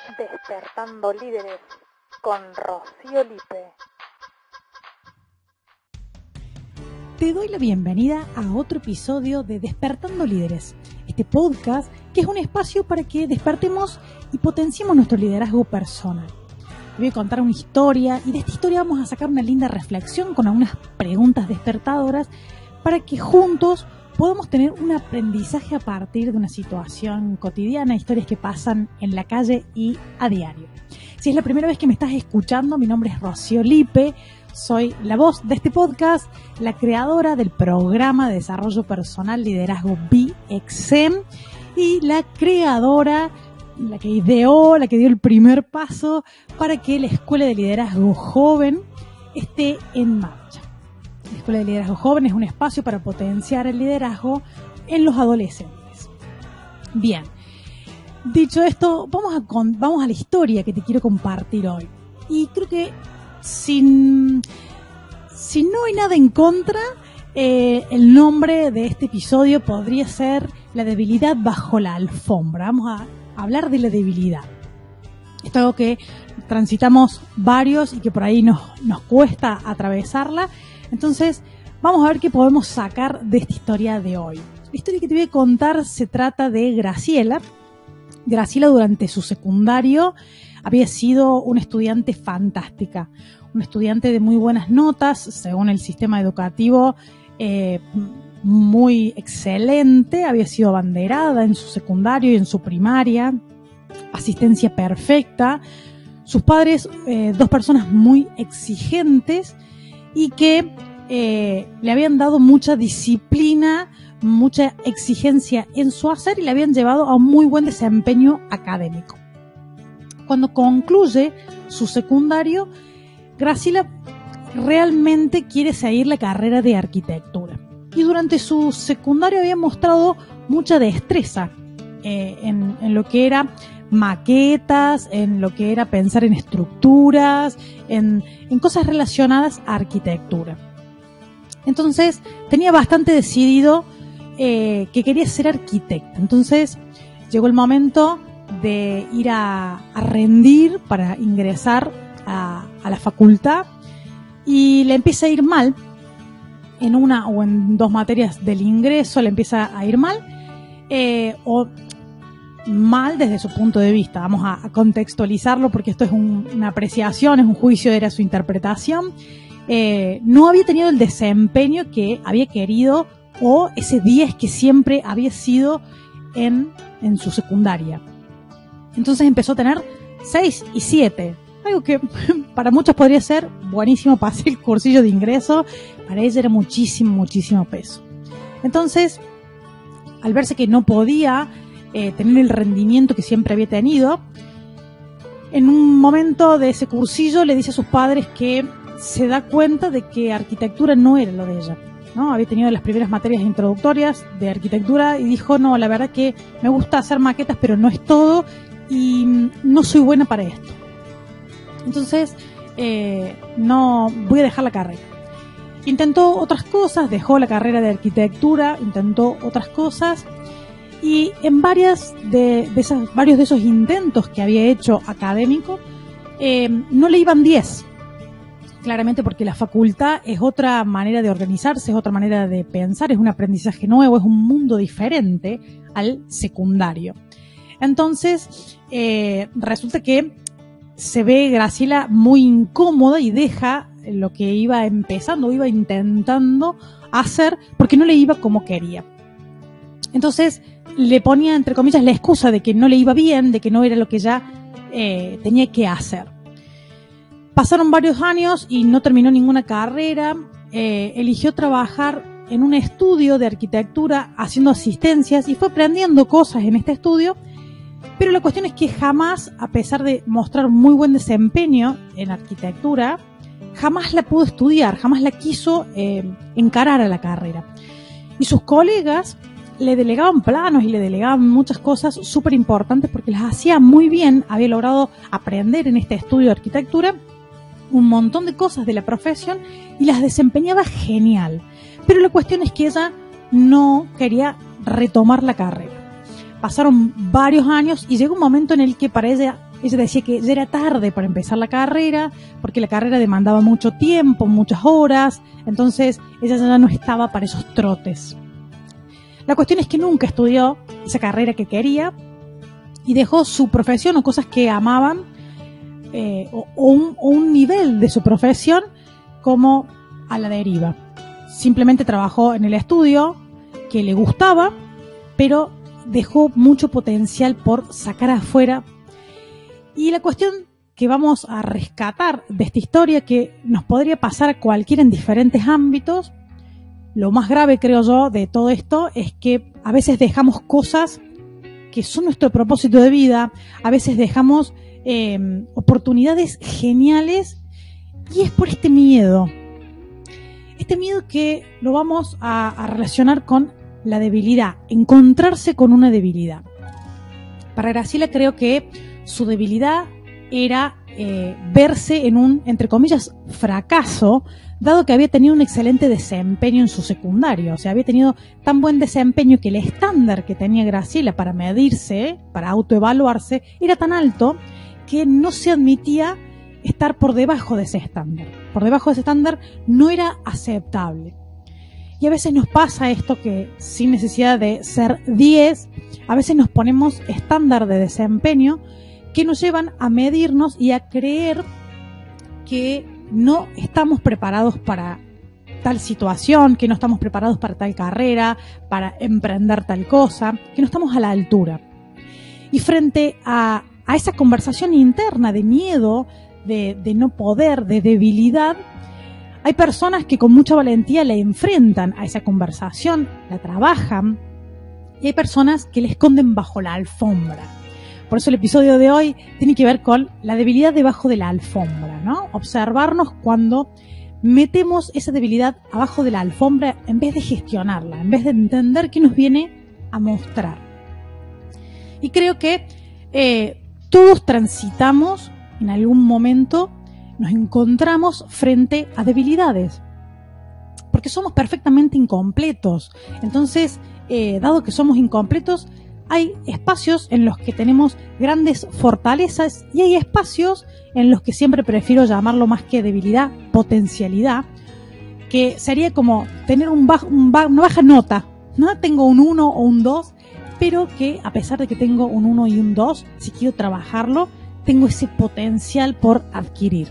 Despertando Líderes con Rocío Lipe. Te doy la bienvenida a otro episodio de Despertando Líderes, este podcast que es un espacio para que despertemos y potenciemos nuestro liderazgo personal. Te voy a contar una historia y de esta historia vamos a sacar una linda reflexión con algunas preguntas despertadoras para que juntos podamos tener un aprendizaje a partir de una situación cotidiana, historias que pasan en la calle y a diario. Si es la primera vez que me estás escuchando, mi nombre es Rocío Lipe, soy la voz de este podcast, la creadora del programa de desarrollo personal Liderazgo BXM y la creadora, la que ideó, la que dio el primer paso para que la Escuela de Liderazgo Joven esté en marcha. La Escuela de Liderazgo Joven es un espacio para potenciar el liderazgo en los adolescentes. Bien, dicho esto, vamos a la historia que te quiero compartir hoy. Y creo que si no hay nada en contra, el nombre de este episodio podría ser La debilidad bajo la alfombra. Vamos a hablar de la debilidad. Esto es algo que transitamos varios y que por ahí nos cuesta atravesarla. Entonces, vamos a ver qué podemos sacar de esta historia de hoy. La historia que te voy a contar se trata de Graciela. Graciela durante su secundario había sido una estudiante fantástica, una estudiante de muy buenas notas, según el sistema educativo, muy excelente, había sido abanderada en su secundario y en su primaria, asistencia perfecta, sus padres, dos personas muy exigentes y que le habían dado mucha disciplina, mucha exigencia en su hacer y le habían llevado a un muy buen desempeño académico. Cuando concluye su secundario, Graciela realmente quiere seguir la carrera de arquitectura. Y durante su secundario había mostrado mucha destreza en lo que era maquetas, en lo que era pensar en estructuras, en cosas relacionadas a arquitectura. Entonces tenía bastante decidido que quería ser arquitecta. Entonces llegó el momento de ir a rendir para ingresar a la facultad y le empieza a ir mal en una o en dos materias del ingreso, le empieza a ir mal o mal desde su punto de vista. Vamos a contextualizarlo porque esto es una apreciación, es un juicio, era su interpretación. No había tenido el desempeño que había querido o ese 10 que siempre había sido en su secundaria. Entonces empezó a tener 6 y 7, algo que para muchos podría ser buenísimo, pasé el cursillo de ingreso, para ella era muchísimo peso. Entonces, al verse que no podía tener el rendimiento que siempre había tenido, en un momento de ese cursillo le dice a sus padres que se da cuenta de que arquitectura no era lo de ella, ¿no? Había tenido las primeras materias introductorias de arquitectura y dijo, no, la verdad que me gusta hacer maquetas, pero no es todo y no soy buena para esto. Entonces, no voy a dejar la carrera. Intentó otras cosas, dejó la carrera de arquitectura, intentó otras cosas y en varios de esos intentos que había hecho académico, no le iban 10. Claramente porque la facultad es otra manera de organizarse, es otra manera de pensar, es un aprendizaje nuevo, es un mundo diferente al secundario. Entonces, resulta que se ve Graciela muy incómoda y deja lo que iba empezando, iba intentando hacer porque no le iba como quería. Entonces, le ponía, entre comillas, la excusa de que no le iba bien, de que no era lo que ya tenía que hacer. Pasaron varios años y no terminó ninguna carrera. Eligió trabajar en un estudio de arquitectura haciendo asistencias y fue aprendiendo cosas en este estudio, pero la cuestión es que jamás, a pesar de mostrar muy buen desempeño en arquitectura, jamás la pudo estudiar, jamás la quiso encarar a la carrera. Y sus colegas le delegaban planos y le delegaban muchas cosas súper importantes porque las hacía muy bien, había logrado aprender en este estudio de arquitectura un montón de cosas de la profesión y las desempeñaba genial. Pero la cuestión es que ella no quería retomar la carrera. Pasaron varios años y llegó un momento en el que para ella ella decía que ya era tarde para empezar la carrera, porque la carrera demandaba mucho tiempo, muchas horas, entonces ella ya no estaba para esos trotes. La cuestión es que nunca estudió esa carrera que quería y dejó su profesión o cosas que amaban, o un nivel de su profesión como a la deriva. Simplemente trabajó en el estudio que le gustaba, pero dejó mucho potencial por sacar afuera. Y la cuestión que vamos a rescatar de esta historia, que nos podría pasar a cualquiera en diferentes ámbitos, lo más grave, creo yo, de todo esto es que a veces dejamos cosas que son nuestro propósito de vida, a veces dejamos oportunidades geniales, y es por este miedo que lo vamos a relacionar con la debilidad, encontrarse con una debilidad. Para Graciela creo que su debilidad era verse en un, entre comillas, fracaso, dado que había tenido un excelente desempeño en su secundario. O sea, había tenido tan buen desempeño que el estándar que tenía Graciela para medirse, para autoevaluarse, era tan alto que no se admitía estar por debajo de ese estándar. Por debajo de ese estándar no era aceptable. Y a veces nos pasa esto, que sin necesidad de ser 10, a veces nos ponemos estándar de desempeño que nos llevan a medirnos y a creer que no estamos preparados para tal situación, que no estamos preparados para tal carrera, para emprender tal cosa, que no estamos a la altura. Y frente a esa conversación interna de miedo, de no poder, de debilidad, hay personas que con mucha valentía le enfrentan a esa conversación, la trabajan, y hay personas que la esconden bajo la alfombra. Por eso el episodio de hoy tiene que ver con la debilidad debajo de la alfombra, ¿no? Observarnos cuando metemos esa debilidad abajo de la alfombra en vez de gestionarla, en vez de entender qué nos viene a mostrar. Y creo que todos transitamos en algún momento, nos encontramos frente a debilidades, porque somos perfectamente incompletos. Entonces, dado que somos incompletos, hay espacios en los que tenemos grandes fortalezas y hay espacios en los que siempre prefiero llamarlo, más que debilidad, potencialidad, que sería como tener una baja nota, ¿no? Tengo un 1 o un 2, pero que a pesar de que tengo un 1 y un 2, si quiero trabajarlo, tengo ese potencial por adquirir.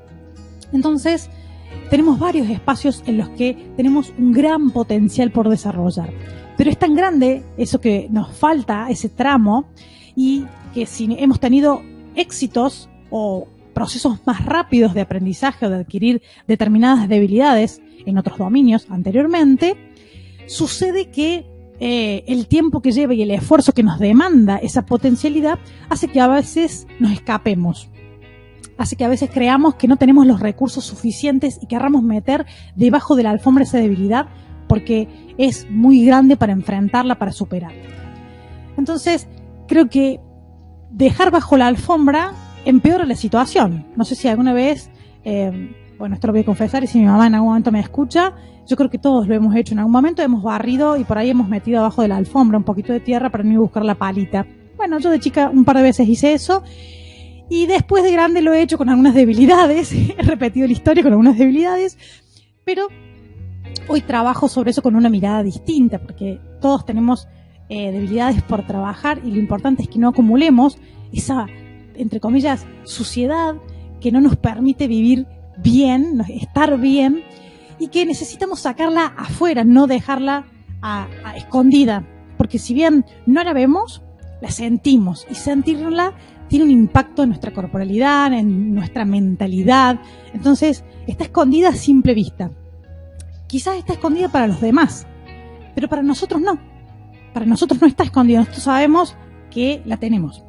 Entonces, tenemos varios espacios en los que tenemos un gran potencial por desarrollar. Pero es tan grande eso que nos falta, ese tramo, y que si hemos tenido éxitos o procesos más rápidos de aprendizaje o de adquirir determinadas debilidades en otros dominios anteriormente, sucede que el tiempo que lleva y el esfuerzo que nos demanda esa potencialidad hace que a veces nos escapemos. Hace que a veces creamos que no tenemos los recursos suficientes y querramos meter debajo de la alfombra esa debilidad porque es muy grande para enfrentarla, para superarla. Entonces, creo que dejar bajo la alfombra empeora la situación. No sé si alguna vez, bueno, esto lo voy a confesar y si mi mamá en algún momento me escucha, yo creo que todos lo hemos hecho en algún momento, hemos barrido y por ahí hemos metido abajo de la alfombra un poquito de tierra para no ir a buscar la palita. Bueno, yo de chica un par de veces hice eso y después de grande lo he hecho con algunas debilidades, he repetido la historia con algunas debilidades, pero hoy trabajo sobre eso con una mirada distinta, porque todos tenemos debilidades por trabajar y lo importante es que no acumulemos esa, entre comillas, suciedad que no nos permite vivir bien, estar bien, y que necesitamos sacarla afuera, no dejarla a escondida, porque si bien no la vemos, la sentimos, y sentirla tiene un impacto en nuestra corporalidad, en nuestra mentalidad. Entonces está escondida a simple vista. Quizás está escondida para los demás, pero para nosotros no. Para nosotros no está escondida, nosotros sabemos que la tenemos.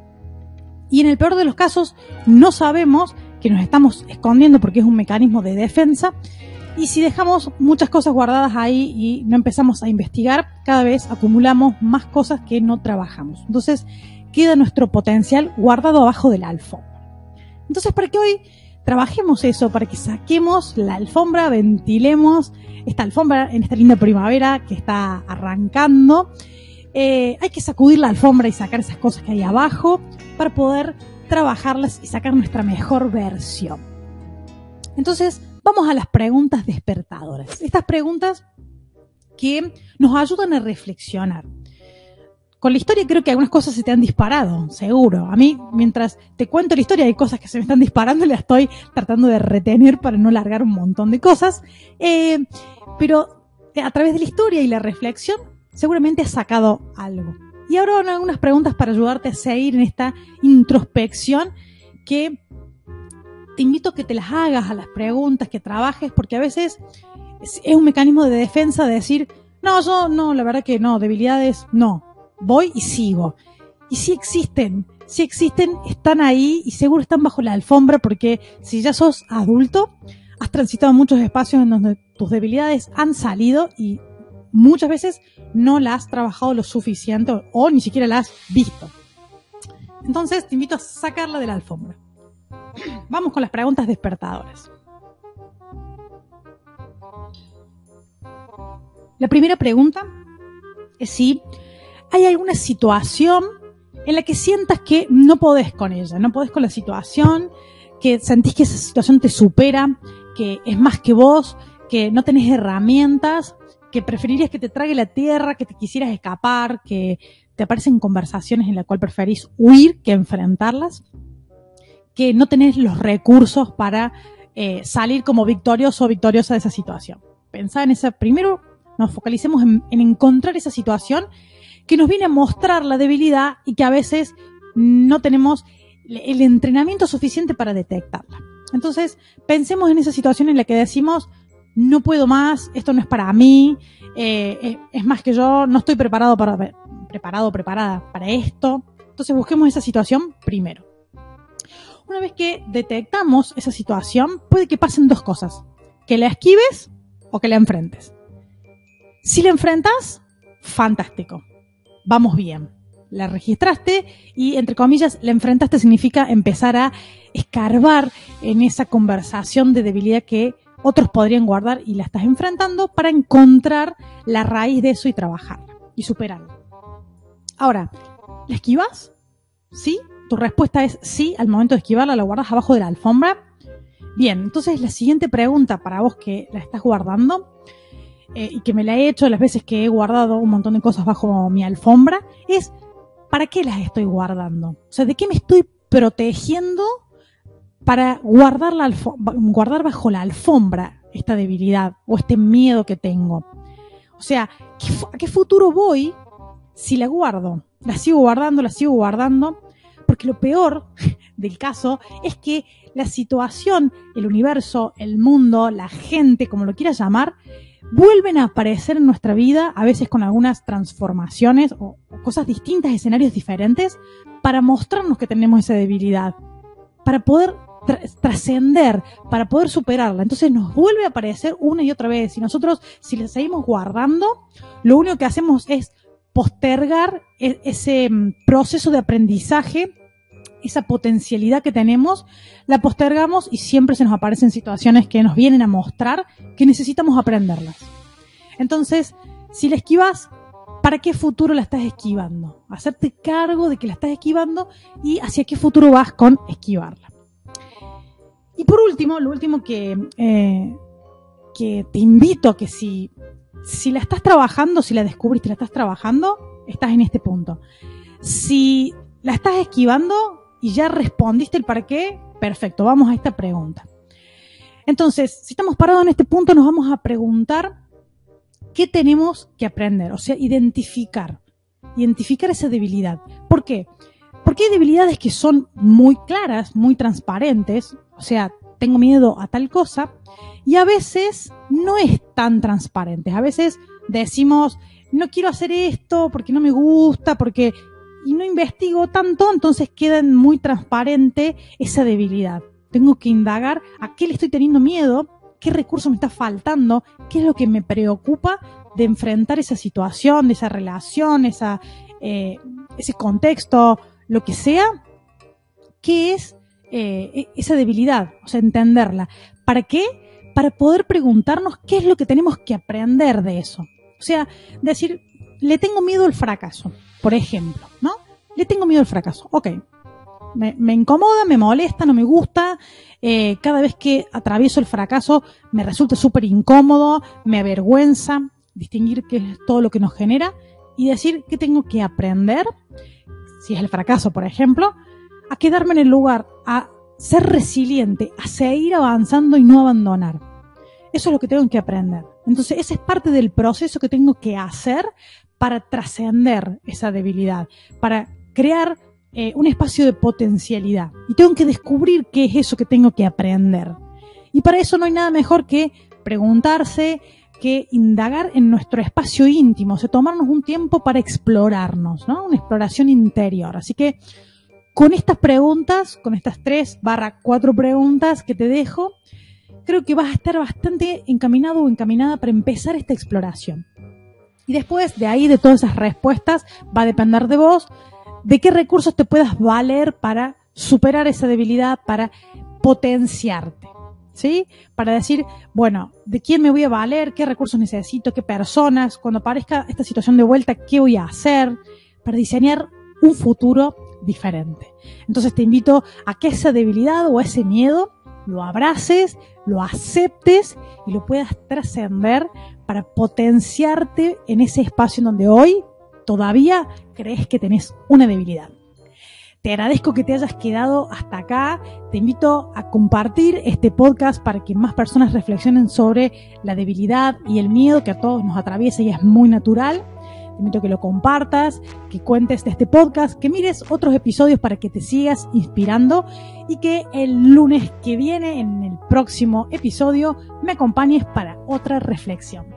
Y en el peor de los casos, no sabemos que nos estamos escondiendo porque es un mecanismo de defensa. Y si dejamos muchas cosas guardadas ahí y no empezamos a investigar, cada vez acumulamos más cosas que no trabajamos. Entonces, queda nuestro potencial guardado abajo de la alfombra. Entonces, para que hoy trabajemos eso, para que saquemos la alfombra, ventilemos esta alfombra en esta linda primavera que está arrancando, hay que sacudir la alfombra y sacar esas cosas que hay abajo para poder trabajarlas y sacar nuestra mejor versión. Entonces, vamos a las preguntas despertadoras. Estas preguntas que nos ayudan a reflexionar. Con la historia creo que algunas cosas se te han disparado, seguro. A mí, mientras te cuento la historia, hay cosas que se me están disparando y las estoy tratando de retener para no largar un montón de cosas. Pero a través de la historia y la reflexión, seguramente has sacado algo. Y ahora van algunas preguntas para ayudarte a seguir en esta introspección que te invito a que te las hagas, a las preguntas, que trabajes, porque a veces es un mecanismo de defensa de decir, no, yo no, la verdad que no, debilidades, no, voy y sigo. Y sí existen, están ahí y seguro están bajo la alfombra, porque si ya sos adulto, has transitado muchos espacios en donde tus debilidades han salido y muchas veces no las has trabajado lo suficiente o ni siquiera las has visto. Entonces te invito a sacarla de la alfombra. Vamos con las preguntas despertadoras. La primera pregunta es si hay alguna situación en la que sientas que no podés con ella, no podés con la situación, que sentís que esa situación te supera, que es más que vos, que no tenés herramientas, que preferirías que te trague la tierra, que te quisieras escapar, que te aparecen conversaciones en las cuales preferís huir que enfrentarlas, que no tenés los recursos para salir como victorioso o victoriosa de esa situación. Pensá en esa, primero nos focalicemos en encontrar esa situación que nos viene a mostrar la debilidad y que a veces no tenemos el entrenamiento suficiente para detectarla. Entonces, pensemos en esa situación en la que decimos, no puedo más, esto no es para mí, es más que yo, no estoy preparada para esto. Entonces, busquemos esa situación primero. Una vez que detectamos esa situación, puede que pasen dos cosas, que la esquives o que la enfrentes. Si la enfrentas, fantástico, vamos bien. La registraste y, entre comillas, la enfrentaste significa empezar a escarbar en esa conversación de debilidad que otros podrían guardar y la estás enfrentando para encontrar la raíz de eso y trabajarla y superarla. Ahora, ¿la esquivas? ¿Sí? Tu respuesta es sí, al momento de esquivarla la guardas abajo de la alfombra. Bien, entonces la siguiente pregunta para vos que la estás guardando y que me la he hecho las veces que he guardado un montón de cosas bajo mi alfombra es ¿para qué las estoy guardando? O sea, ¿de qué me estoy protegiendo para guardar bajo la alfombra esta debilidad o este miedo que tengo? O sea, ¿a qué futuro voy si la guardo? La sigo guardando, porque lo peor del caso es que la situación, el universo, el mundo, la gente, como lo quieras llamar, vuelven a aparecer en nuestra vida, a veces con algunas transformaciones o cosas distintas, escenarios diferentes, para mostrarnos que tenemos esa debilidad, para poder trascender, para poder superarla. Entonces nos vuelve a aparecer una y otra vez. Y nosotros, si la seguimos guardando, lo único que hacemos es postergar ese proceso de aprendizaje, esa potencialidad que tenemos, la postergamos y siempre se nos aparecen situaciones que nos vienen a mostrar que necesitamos aprenderlas. Entonces, si la esquivas, ¿para qué futuro la estás esquivando? Hacerte cargo de que la estás esquivando y hacia qué futuro vas con esquivarla. Y por último, lo último que te invito a que si la estás trabajando, si la descubriste y la estás trabajando, estás en este punto. Si la estás esquivando y ya respondiste el para qué, perfecto, vamos a esta pregunta. Entonces, si estamos parados en este punto, nos vamos a preguntar qué tenemos que aprender, o sea, identificar esa debilidad. ¿Por qué? Porque hay debilidades que son muy claras, muy transparentes, o sea, tengo miedo a tal cosa, y a veces no es tan transparente. A veces decimos, no quiero hacer esto porque no me gusta, y no investigo tanto, entonces queda muy transparente esa debilidad. Tengo que indagar a qué le estoy teniendo miedo, qué recurso me está faltando, qué es lo que me preocupa de enfrentar esa situación, de esa relación, ese contexto, lo que sea, qué es esa debilidad, o sea, entenderla. ¿Para qué? Para poder preguntarnos qué es lo que tenemos que aprender de eso. O sea, decir, le tengo miedo al fracaso, por ejemplo, ¿no? Le tengo miedo al fracaso. Ok. Me incomoda, me molesta, no me gusta. Cada vez que atravieso el fracaso me resulta súper incómodo, me avergüenza distinguir qué es todo lo que nos genera y decir qué tengo que aprender, si es el fracaso, por ejemplo, a quedarme en el lugar, a ser resiliente, a seguir avanzando y no abandonar. Eso es lo que tengo que aprender. Entonces, ese es parte del proceso que tengo que hacer para trascender esa debilidad, para crear un espacio de potencialidad. Y tengo que descubrir qué es eso que tengo que aprender. Y para eso no hay nada mejor que preguntarse, que indagar en nuestro espacio íntimo, o sea, tomarnos un tiempo para explorarnos, ¿no? Una exploración interior. Así que con estas preguntas, con estas 3/4 preguntas que te dejo, creo que vas a estar bastante encaminado o encaminada para empezar esta exploración. Y después de ahí, de todas esas respuestas, va a depender de vos, de qué recursos te puedas valer para superar esa debilidad, para potenciarte, ¿sí? Para decir, bueno, ¿de quién me voy a valer? ¿Qué recursos necesito? ¿Qué personas? Cuando aparezca esta situación de vuelta, ¿qué voy a hacer? Para diseñar un futuro diferente. Entonces te invito a que esa debilidad o ese miedo lo abraces, lo aceptes y lo puedas trascender para potenciarte en ese espacio en donde hoy todavía crees que tenés una debilidad. Te agradezco que te hayas quedado hasta acá. Te invito a compartir este podcast para que más personas reflexionen sobre la debilidad y el miedo que a todos nos atraviesa y es muy natural. Te invito a que lo compartas, que cuentes de este podcast, que mires otros episodios para que te sigas inspirando y que el lunes que viene, en el próximo episodio, me acompañes para otra reflexión.